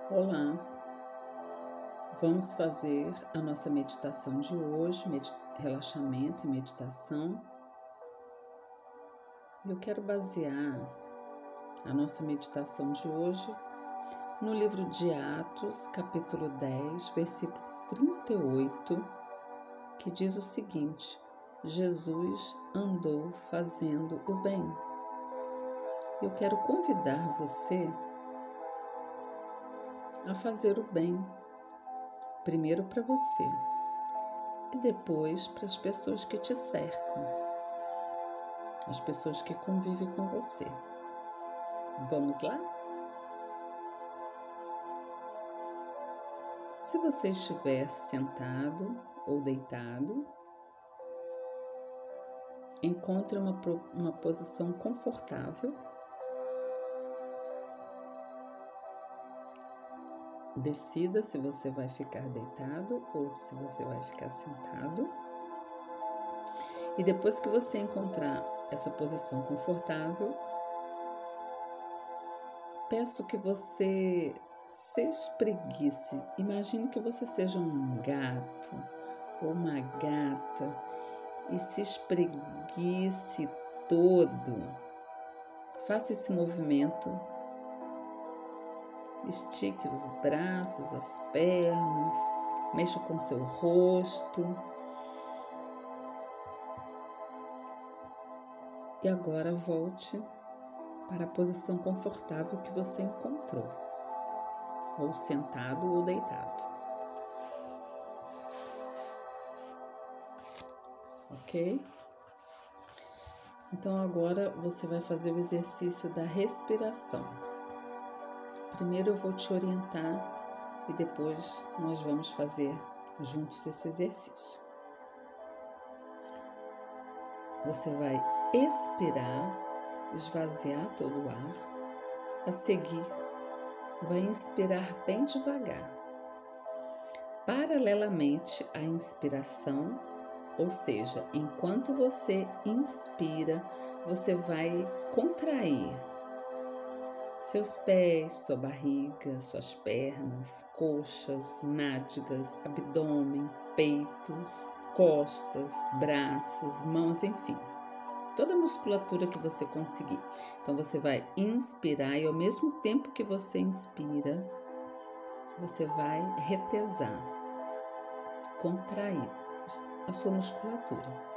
Olá, vamos fazer a nossa meditação de hoje, relaxamento e meditação. Eu quero basear a nossa meditação de hoje no livro de Atos, capítulo 10, versículo 38, que diz o seguinte: Jesus andou fazendo o bem. Eu quero convidar você a fazer o bem, primeiro para você e depois para as pessoas que te cercam, as pessoas que convivem com você. Vamos lá? Se você estiver sentado ou deitado, encontre uma posição confortável. Decida se você vai ficar deitado ou se você vai ficar sentado. E depois que você encontrar essa posição confortável, peço que você se espreguice. Imagine que você seja um gato ou uma gata e se espreguice todo. Faça esse movimento. Estique os braços, as pernas, mexa com seu rosto. E agora volte para a posição confortável que você encontrou, ou sentado ou deitado. Ok? Então agora você vai fazer o exercício da respiração. Primeiro eu vou te orientar e depois nós vamos fazer juntos esse exercício. Você vai expirar, esvaziar todo o ar. A seguir, vai inspirar bem devagar. Paralelamente à inspiração, ou seja, enquanto você inspira, você vai contrair seus pés, sua barriga, suas pernas, coxas, nádegas, abdômen, peitos, costas, braços, mãos, enfim, toda a musculatura que você conseguir. Então você vai inspirar e ao mesmo tempo que você inspira, você vai retesar, contrair a sua musculatura.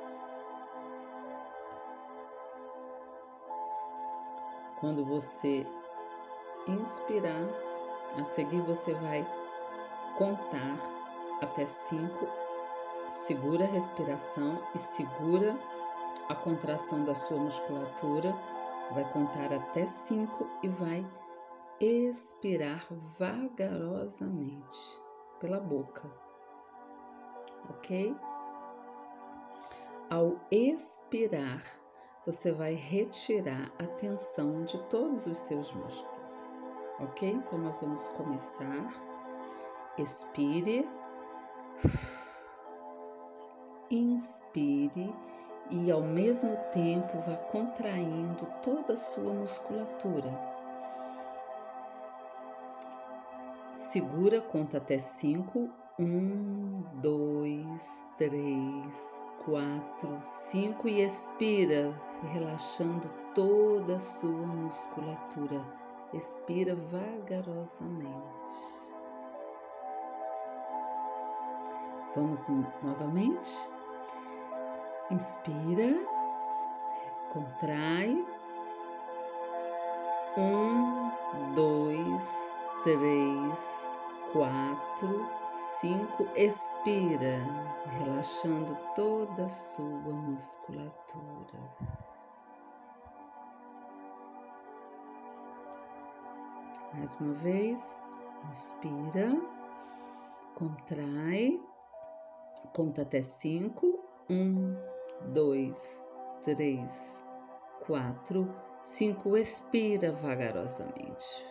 Quando você inspirar, a seguir você vai contar até 5, segura a respiração e segura a contração da sua musculatura, vai contar até 5 e vai expirar vagarosamente pela boca, ok? Ao expirar, você vai retirar a tensão de todos os seus músculos, ok? Então nós vamos começar. Expire, inspire e ao mesmo tempo vá contraindo toda a sua musculatura. Segura, conta até 5. 1, 2, 3, 4, 5 e expira, relaxando toda a sua musculatura. Expira vagarosamente. Vamos novamente. Inspira, contrai. 1, 2, 3, 4, 5. Expira, relaxando toda a sua musculatura. Mais uma vez, inspira, contrai, conta até 5. 1, 2, 3, 4, 5. Expira vagarosamente.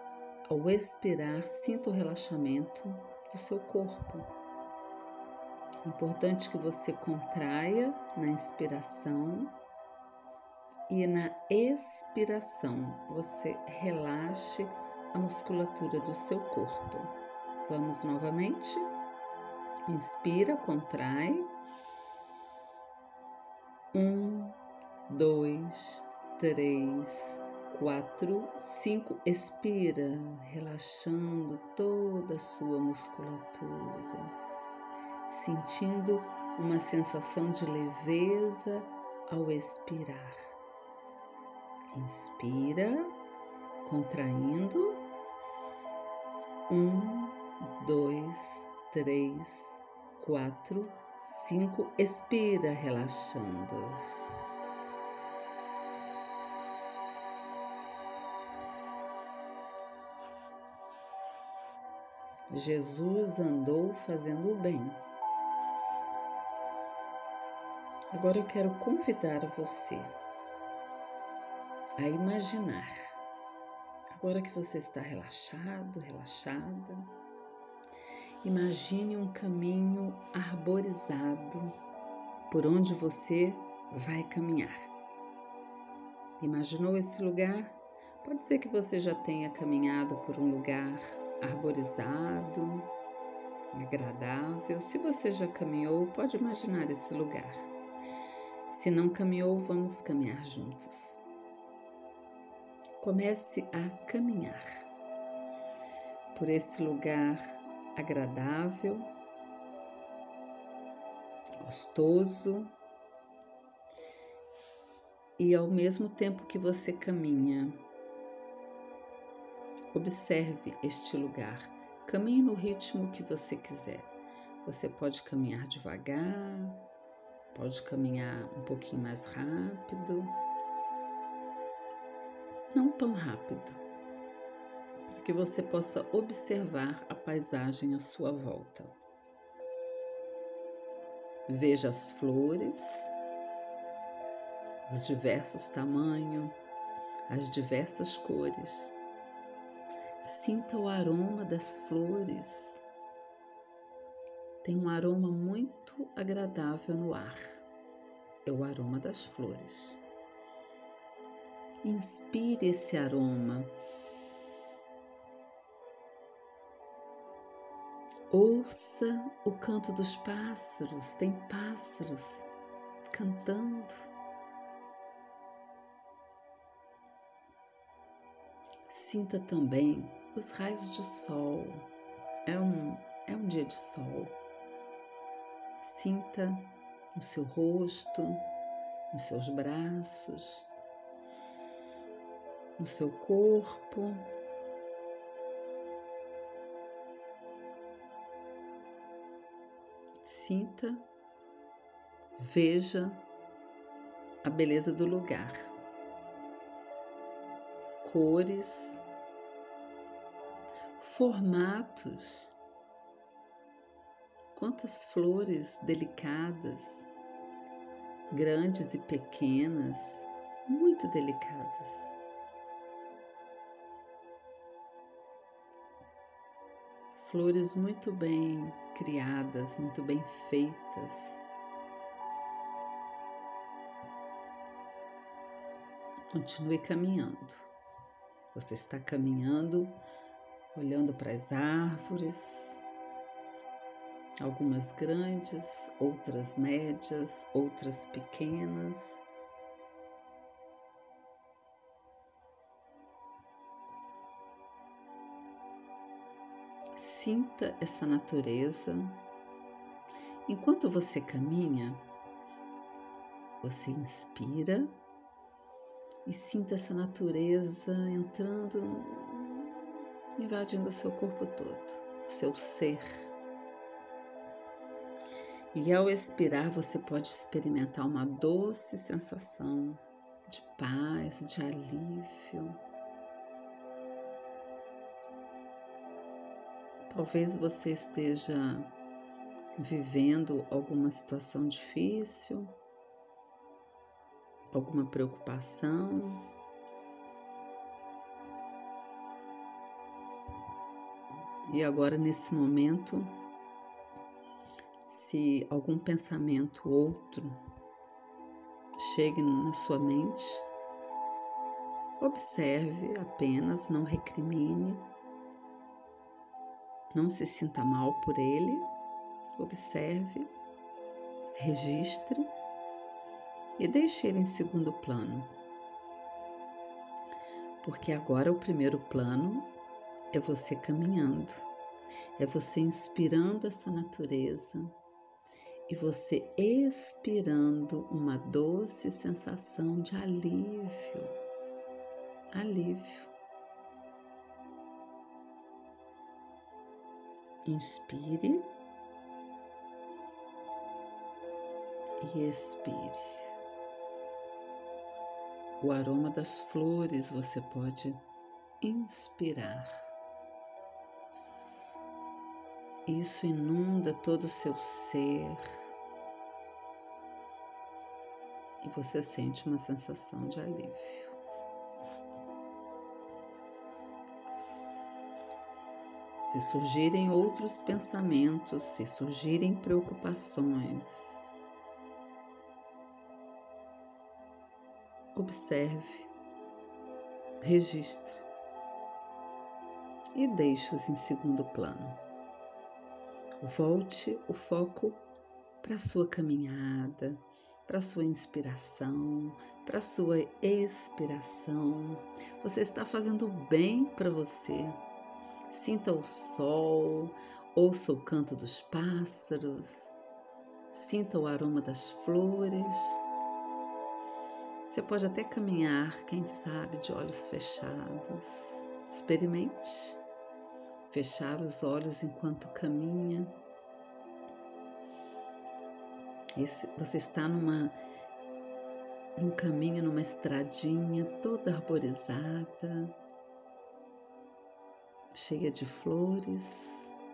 Ao expirar, sinta o relaxamento do seu corpo. É importante que você contraia na inspiração e na expiração você relaxe a musculatura do seu corpo. Vamos novamente. Inspira, contrai. 1, 2, 3, 4, 5. Expira, relaxando toda a sua musculatura, sentindo uma sensação de leveza ao expirar. Inspira, contraindo. 1, 2, 3, 4, 5. Expira, relaxando. Jesus andou fazendo o bem. Agora eu quero convidar você a imaginar, agora que você está relaxado, relaxada, imagine um caminho arborizado por onde você vai caminhar. Imaginou esse lugar? Pode ser que você já tenha caminhado por um lugar arborizado, agradável. Se você já caminhou, pode imaginar esse lugar. Se não caminhou, vamos caminhar juntos. Comece a caminhar por esse lugar agradável, gostoso, e ao mesmo tempo que você caminha, observe este lugar. Caminhe no ritmo que você quiser. Você pode caminhar devagar, pode caminhar um pouquinho mais rápido, não tão rápido, para que você possa observar a paisagem à sua volta. Veja as flores, os diversos tamanhos, as diversas cores. Sinta o aroma das flores. Tem um aroma muito agradável no ar. É o aroma das flores. Inspire esse aroma. Ouça o canto dos pássaros. Tem pássaros cantando. Sinta também os raios de sol. É um dia de sol. Sinta no seu rosto, nos seus braços, no seu corpo. Sinta, veja a beleza do lugar. Cores, formatos. Quantas flores delicadas, grandes e pequenas, muito delicadas. Flores muito bem criadas, muito bem feitas. Continue caminhando. Você está caminhando, olhando para as árvores, algumas grandes, outras médias, outras pequenas. Sinta essa natureza. Enquanto você caminha, você inspira e sinta essa natureza entrando, invadindo o seu corpo todo, seu ser. E ao expirar, você pode experimentar uma doce sensação de paz, de alívio. Talvez você esteja vivendo alguma situação difícil, alguma preocupação. E agora, nesse momento, se algum pensamento outro chegue na sua mente, observe apenas, não recrimine, não se sinta mal por ele, observe, registre e deixe ele em segundo plano. Porque agora o primeiro plano é você caminhando, é você inspirando essa natureza e você expirando uma doce sensação de alívio. Alívio. Inspire e expire. O aroma das flores você pode inspirar. Isso inunda todo o seu ser e você sente uma sensação de alívio. Se surgirem outros pensamentos, se surgirem preocupações, observe, registre e deixe-os em segundo plano. Volte o foco para a sua caminhada, para a sua inspiração, para a sua expiração. Você está fazendo bem para você. Sinta o sol, ouça o canto dos pássaros, sinta o aroma das flores. Você pode até caminhar, quem sabe, de olhos fechados. Experimente fechar os olhos enquanto caminha. Você está num caminho, numa estradinha toda arborizada, cheia de flores,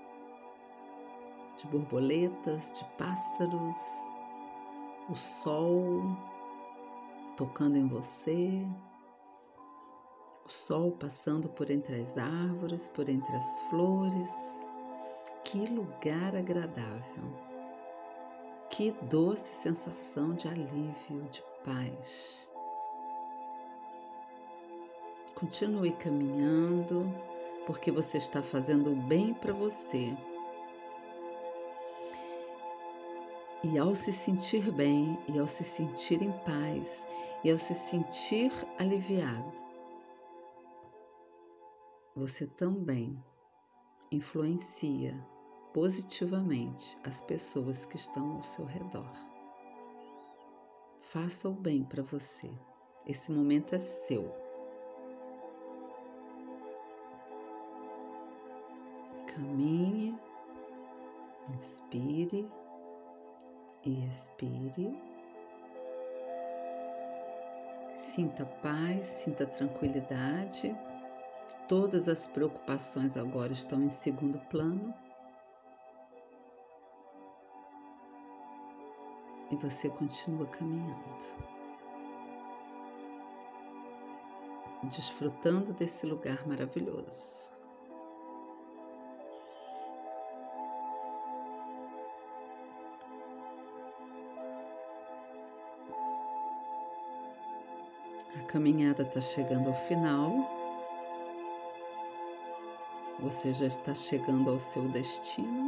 de borboletas, de pássaros, o sol tocando em você, o sol passando por entre as árvores, por entre as flores. Que lugar agradável! Que doce sensação de alívio, de paz. Continue caminhando, porque você está fazendo o bem para você. E ao se sentir bem, e ao se sentir em paz, e ao se sentir aliviado, você também influencia positivamente as pessoas que estão ao seu redor. Faça o bem para você. Esse momento é seu. Caminhe, inspire e expire. Sinta paz, sinta tranquilidade. Todas as preocupações agora estão em segundo plano. E você continua caminhando, desfrutando desse lugar maravilhoso. A caminhada está chegando ao final. Você já está chegando ao seu destino.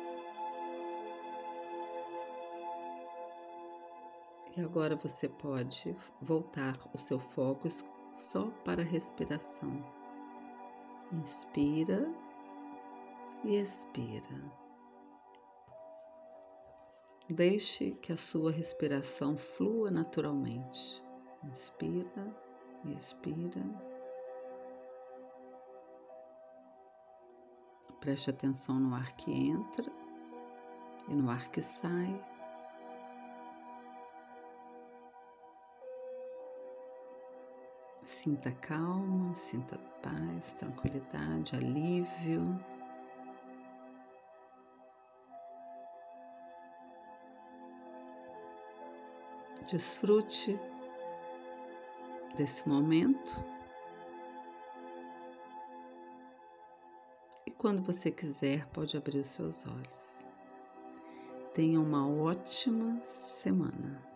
E agora você pode voltar o seu foco só para a respiração. Inspira e expira. Deixe que a sua respiração flua naturalmente. Inspira e expira. Preste atenção no ar que entra e no ar que sai. Sinta calma, sinta paz, tranquilidade, alívio. Desfrute desse momento. E quando você quiser, pode abrir os seus olhos. Tenha uma ótima semana.